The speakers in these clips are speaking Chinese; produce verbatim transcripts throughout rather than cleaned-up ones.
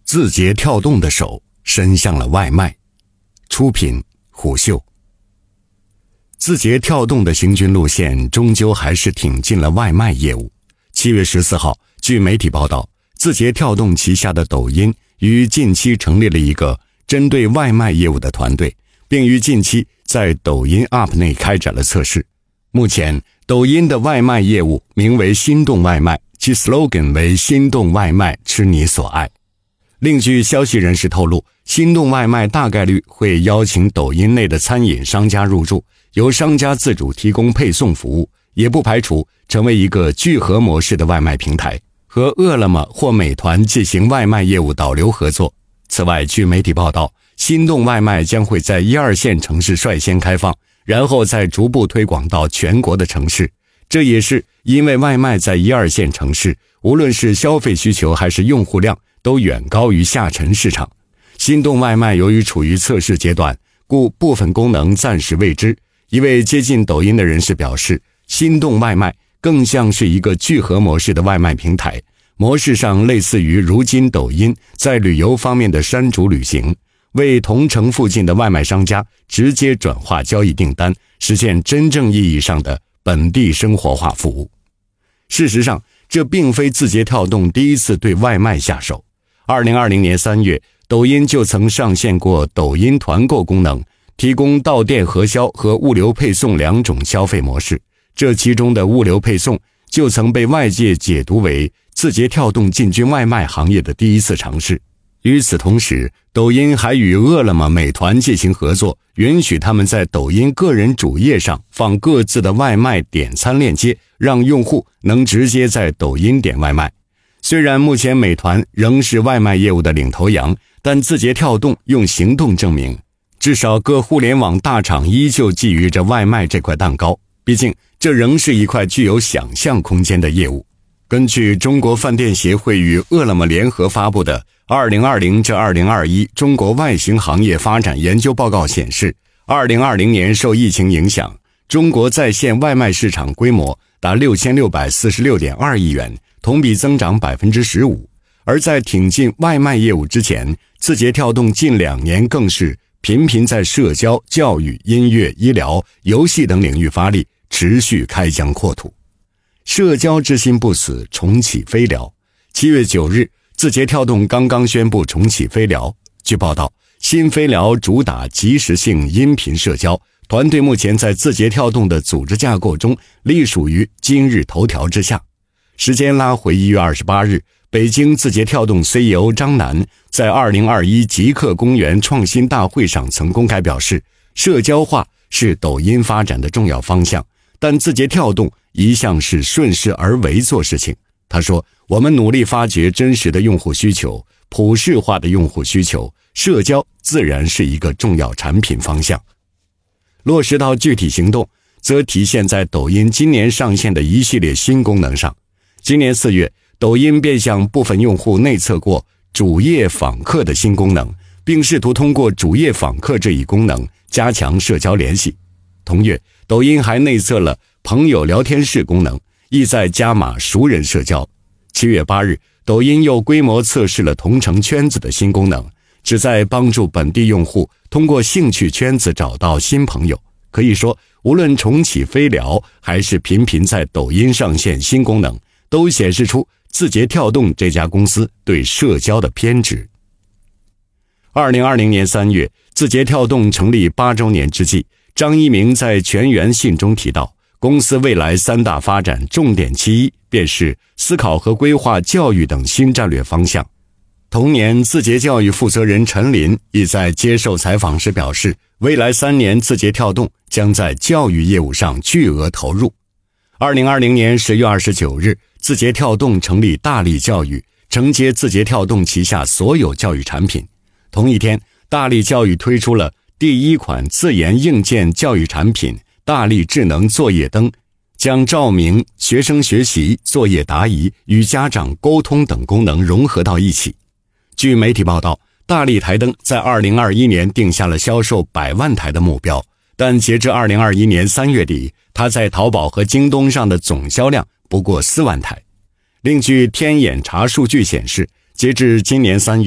字节跳动的手伸向了外卖。出品虎嗅。字节跳动的行军路线终究还是挺进了外卖业务。七月十四号，据媒体报道，字节跳动旗下的抖音于近期成立了一个针对外卖业务的团队，并于近期在抖音 App 内开展了测试。目前，抖音的外卖业务名为心动外卖，其 slogan 为心动外卖，吃你所爱。另据消息人士透露，心动外卖大概率会邀请抖音内的餐饮商家入驻，由商家自主提供配送服务，也不排除成为一个聚合模式的外卖平台，和饿了么或美团进行外卖业务导流合作。此外，据媒体报道，心动外卖将会在一二线城市率先开放，然后再逐步推广到全国的城市。这也是因为外卖在一二线城市，无论是消费需求还是用户量都远高于下沉市场。心动外卖由于处于测试阶段，故部分功能暂时未知。一位接近抖音的人士表示，心动外卖更像是一个聚合模式的外卖平台，模式上类似于如今抖音在旅游方面的山竹旅行，为同城附近的外卖商家直接转化交易订单，实现真正意义上的本地生活化服务。事实上，这并非字节跳动第一次对外卖下手。二零二零年三月，抖音就曾上线过抖音团购功能，提供到店核销和物流配送两种消费模式。这其中的物流配送就曾被外界解读为字节跳动进军外卖行业的第一次尝试。与此同时，抖音还与饿了么、美团进行合作，允许他们在抖音个人主页上放各自的外卖点餐链接，让用户能直接在抖音点外卖。虽然目前美团仍是外卖业务的领头羊，但字节跳动用行动证明，至少各互联网大厂依旧觊觎着外卖这块蛋糕，毕竟这仍是一块具有想象空间的业务。根据中国饭店协会与饿了么联合发布的二零二零至二零二一中国外形行业发展研究报告显示，二零二零年受疫情影响，中国在线外卖市场规模达六千六百四十六点二亿元，同比增长 百分之十五。 而在挺进外卖业务之前，字节跳动近两年更是频频在社交、教育、音乐、医疗、游戏等领域发力，持续开疆扩土。社交之心不死，重启飞聊。七月九日，字节跳动刚刚宣布重启飞聊。据报道，新飞聊主打即时性音频社交，团队目前在字节跳动的组织架构中隶属于今日头条之下。时间拉回一月二十八日，北京字节跳动 C E O 张楠在二零二一极客公园创新大会上曾公开表示，社交化是抖音发展的重要方向，但字节跳动一向是顺势而为做事情。他说，我们努力发掘真实的用户需求，普世化的用户需求，社交自然是一个重要产品方向。落实到具体行动，则体现在抖音今年上线的一系列新功能上。今年四月，抖音便向部分用户内测过主页访客的新功能，并试图通过主页访客这一功能加强社交联系。同月，抖音还内测了朋友聊天室功能，意在加码熟人社交。七月八日，抖音又规模测试了同城圈子的新功能，旨在帮助本地用户通过兴趣圈子找到新朋友。可以说，无论重启飞聊还是频频在抖音上线新功能，都显示出字节跳动这家公司对社交的偏执。二零二零年三月，字节跳动成立八周年之际，张一鸣在全员信中提到，公司未来三大发展重点其一便是思考和规划教育等新战略方向。同年，字节教育负责人陈林亦在接受采访时表示，未来三年字节跳动将在教育业务上巨额投入。二零二零年十月二十九日，字节跳动成立大力教育，承接字节跳动旗下所有教育产品。同一天，大力教育推出了第一款自研硬件教育产品大力智能作业灯，将照明、学生学习、作业答疑与家长沟通等功能融合到一起。据媒体报道，大力台灯在二零二一年定下了销售百万台的目标，但截至二零二一年三月底，它在淘宝和京东上的总销量不过四万台。另据天眼查数据显示，截至今年三月，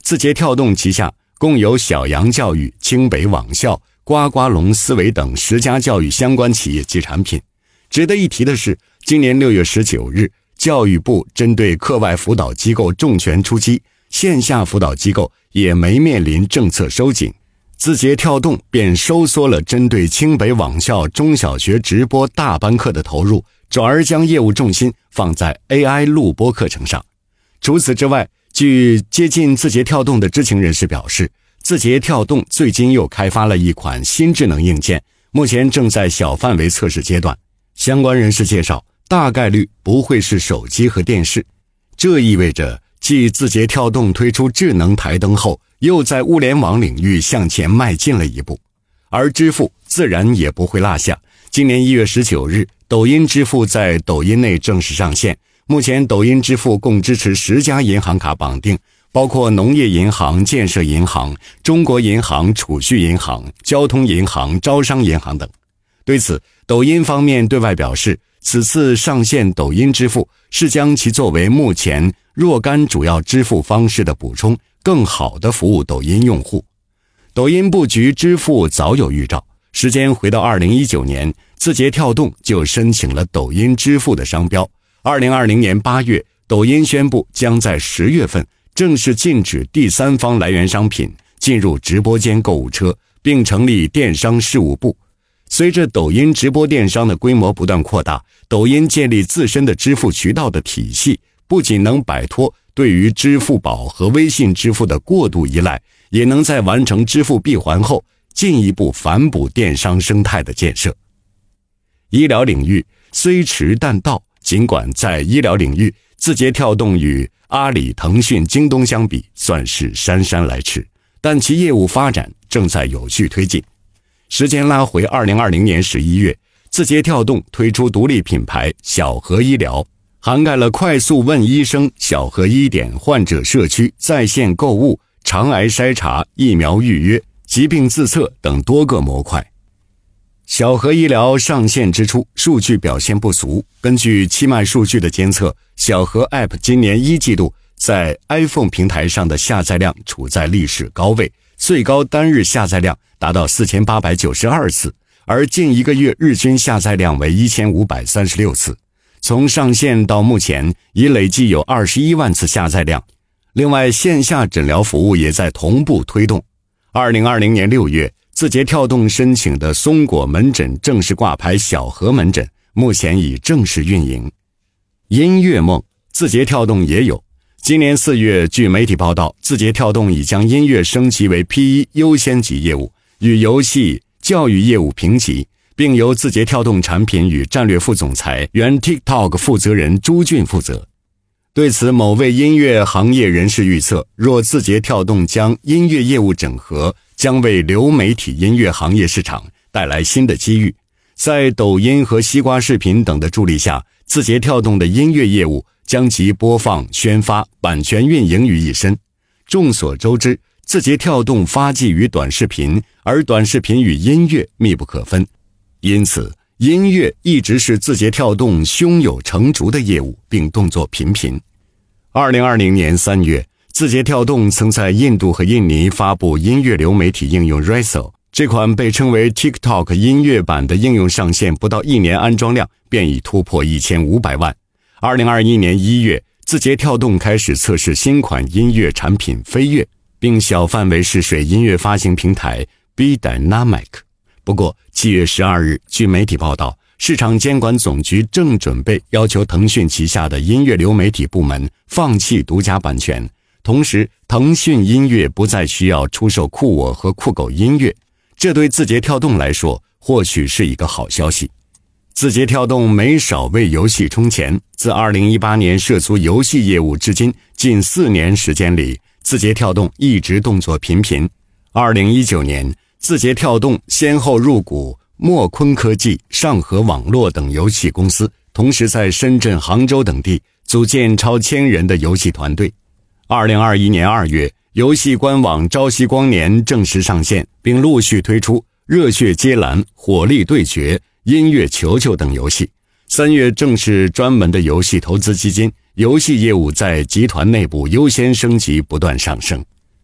字节跳动旗下共有小羊教育、清北网校、呱呱龙思维等十家教育相关企业及产品。值得一提的是，今年六月十九日，教育部针对课外辅导机构重拳出击，线下辅导机构也没面临政策收紧，字节跳动便收缩了针对清北网校中小学直播大班课的投入，转而将业务重心放在 A I 录播课程上。除此之外，据接近字节跳动的知情人士表示，字节跳动最近又开发了一款新智能硬件，目前正在小范围测试阶段。相关人士介绍，大概率不会是手机和电视。这意味着继字节跳动推出智能台灯后，又在物联网领域向前迈进了一步。而支付自然也不会落下。今年一月十九日，抖音支付在抖音内正式上线。目前抖音支付共支持十家银行卡绑定，包括农业银行、建设银行、中国银行、储蓄银行、交通银行、招商银行等。对此，抖音方面对外表示，此次上线抖音支付是将其作为目前若干主要支付方式的补充，更好地服务抖音用户。抖音布局支付早有预兆，时间回到二零一九年，字节跳动就申请了抖音支付的商标。二零二零年八月，抖音宣布将在十月份正式禁止第三方来源商品进入直播间购物车，并成立电商事务部。随着抖音直播电商的规模不断扩大，抖音建立自身的支付渠道的体系，不仅能摆脱对于支付宝和微信支付的过度依赖，也能在完成支付闭环后进一步反哺电商生态的建设。医疗领域虽迟但到，尽管在医疗领域，字节跳动与阿里、腾讯、京东相比算是姗姗来迟，但其业务发展正在有序推进。时间拉回二零二零年十一月，字节跳动推出独立品牌小禾医疗，涵盖了快速问医生、小禾医点、患者社区、在线购物、肠癌筛查、疫苗预约、疾病自测等多个模块。小禾医疗上线之初，数据表现不俗。根据七脉数据的监测，小禾 App 今年一季度在 iPhone 平台上的下载量处在历史高位，最高单日下载量达到四千八百九十二次，而近一个月日均下载量为一千五百三十六次。从上线到目前，已累计有二十一万次下载量。另外，线下诊疗服务也在同步推动。二零二零年六月，字节跳动申请的松果门诊正式挂牌小禾门诊，目前已正式运营。音乐梦，字节跳动也有。今年四月，据媒体报道，字节跳动已将音乐升级为 P 一 优先级业务，与游戏、教育业务平级，并由字节跳动产品与战略副总裁、原 TikTok 负责人朱俊负责。对此，某位音乐行业人士预测，若字节跳动将音乐业务整合，将为流媒体音乐行业市场带来新的机遇。在抖音和西瓜视频等的助力下，字节跳动的音乐业务将其播放、宣发、版权运营于一身。众所周知，字节跳动发迹于短视频，而短视频与音乐密不可分，因此音乐一直是字节跳动胸有成竹的业务，并动作频频。二零二零年三月，字节跳动曾在印度和印尼发布音乐流媒体应用 Resso， 这款被称为 TikTok 音乐版的应用上线不到一年，安装量便已突破一千五百万。二零二一年一月，字节跳动开始测试新款音乐产品飞跃，并小范围试水音乐发行平台 Be Dynamic。 不过七月十二日，据媒体报道，市场监管总局正准备要求腾讯旗下的音乐流媒体部门放弃独家版权，同时腾讯音乐不再需要出售酷我和酷狗音乐，这对字节跳动来说或许是一个好消息。字节跳动没少为游戏充钱，自二零一八年涉足游戏业务至今近四年时间里，字节跳动一直动作频频。二零一九年，字节跳动先后入股墨坤科技、上合网络等游戏公司，同时在深圳、杭州等地组建超千人的游戏团队。二零二一年二月，游戏官网朝夕光年正式上线，并陆续推出热血接蓝、火力对决、音乐球球等游戏。三月正是专门的游戏投资基金，游戏业务在集团内部优先升级不断上升。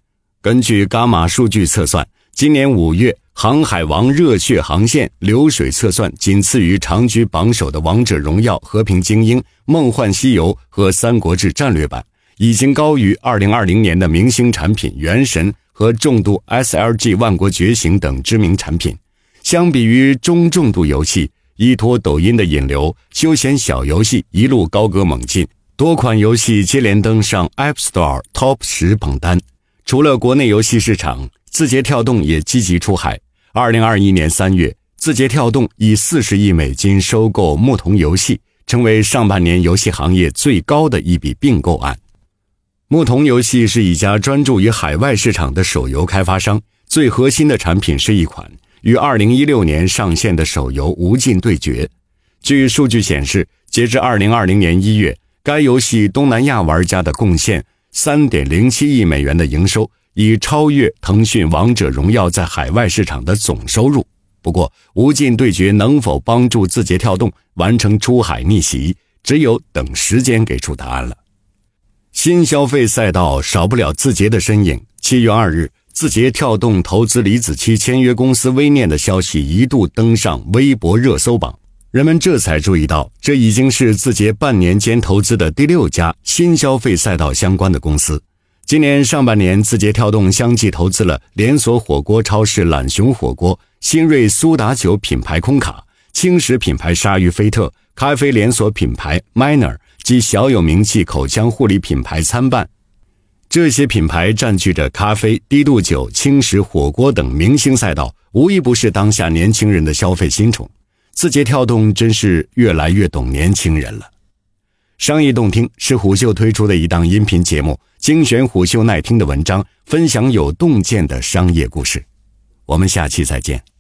根据伽马数据测算，今年五月航海王热血航线流水测算仅次于长居榜首的王者荣耀、和平精英、梦幻西游和三国志战略版，已经高于二零二零年的明星产品原神和重度 S L G 万国觉醒等知名产品。相比于中重度游戏，依托抖音的引流，休闲小游戏一路高歌猛进，多款游戏接连登上 App Store Top 十榜单。除了国内游戏市场，字节跳动也积极出海。二零二一年三月，字节跳动以四十亿美金收购牧童游戏，成为上半年游戏行业最高的一笔并购案。牧童游戏是一家专注于海外市场的手游开发商，最核心的产品是一款于二零一六年上线的手游《无尽对决》。据数据显示，截至二零二零年一月，该游戏东南亚玩家的贡献 三点零七亿美元的营收，已超越腾讯王者荣耀在海外市场的总收入。不过，无尽对决能否帮助字节跳动完成出海逆袭，只有等时间给出答案了。新消费赛道少不了字节的身影。七月二日，字节跳动投资李子柒签约公司微念的消息一度登上微博热搜榜，人们这才注意到，这已经是字节半年间投资的第六家新消费赛道相关的公司。今年上半年，字节跳动相继投资了连锁火锅超市懒熊火锅、新锐苏打酒品牌空卡、轻食品牌鲨鱼菲特、咖啡连锁品牌 Miner 及小有名气口腔护理品牌参半。这些品牌占据着咖啡、低度酒、轻食、火锅等明星赛道，无一不是当下年轻人的消费新宠。字节跳动真是越来越懂年轻人了。商业洞听是虎嗅推出的一档音频节目，精选虎嗅耐听的文章，分享有洞见的商业故事。我们下期再见。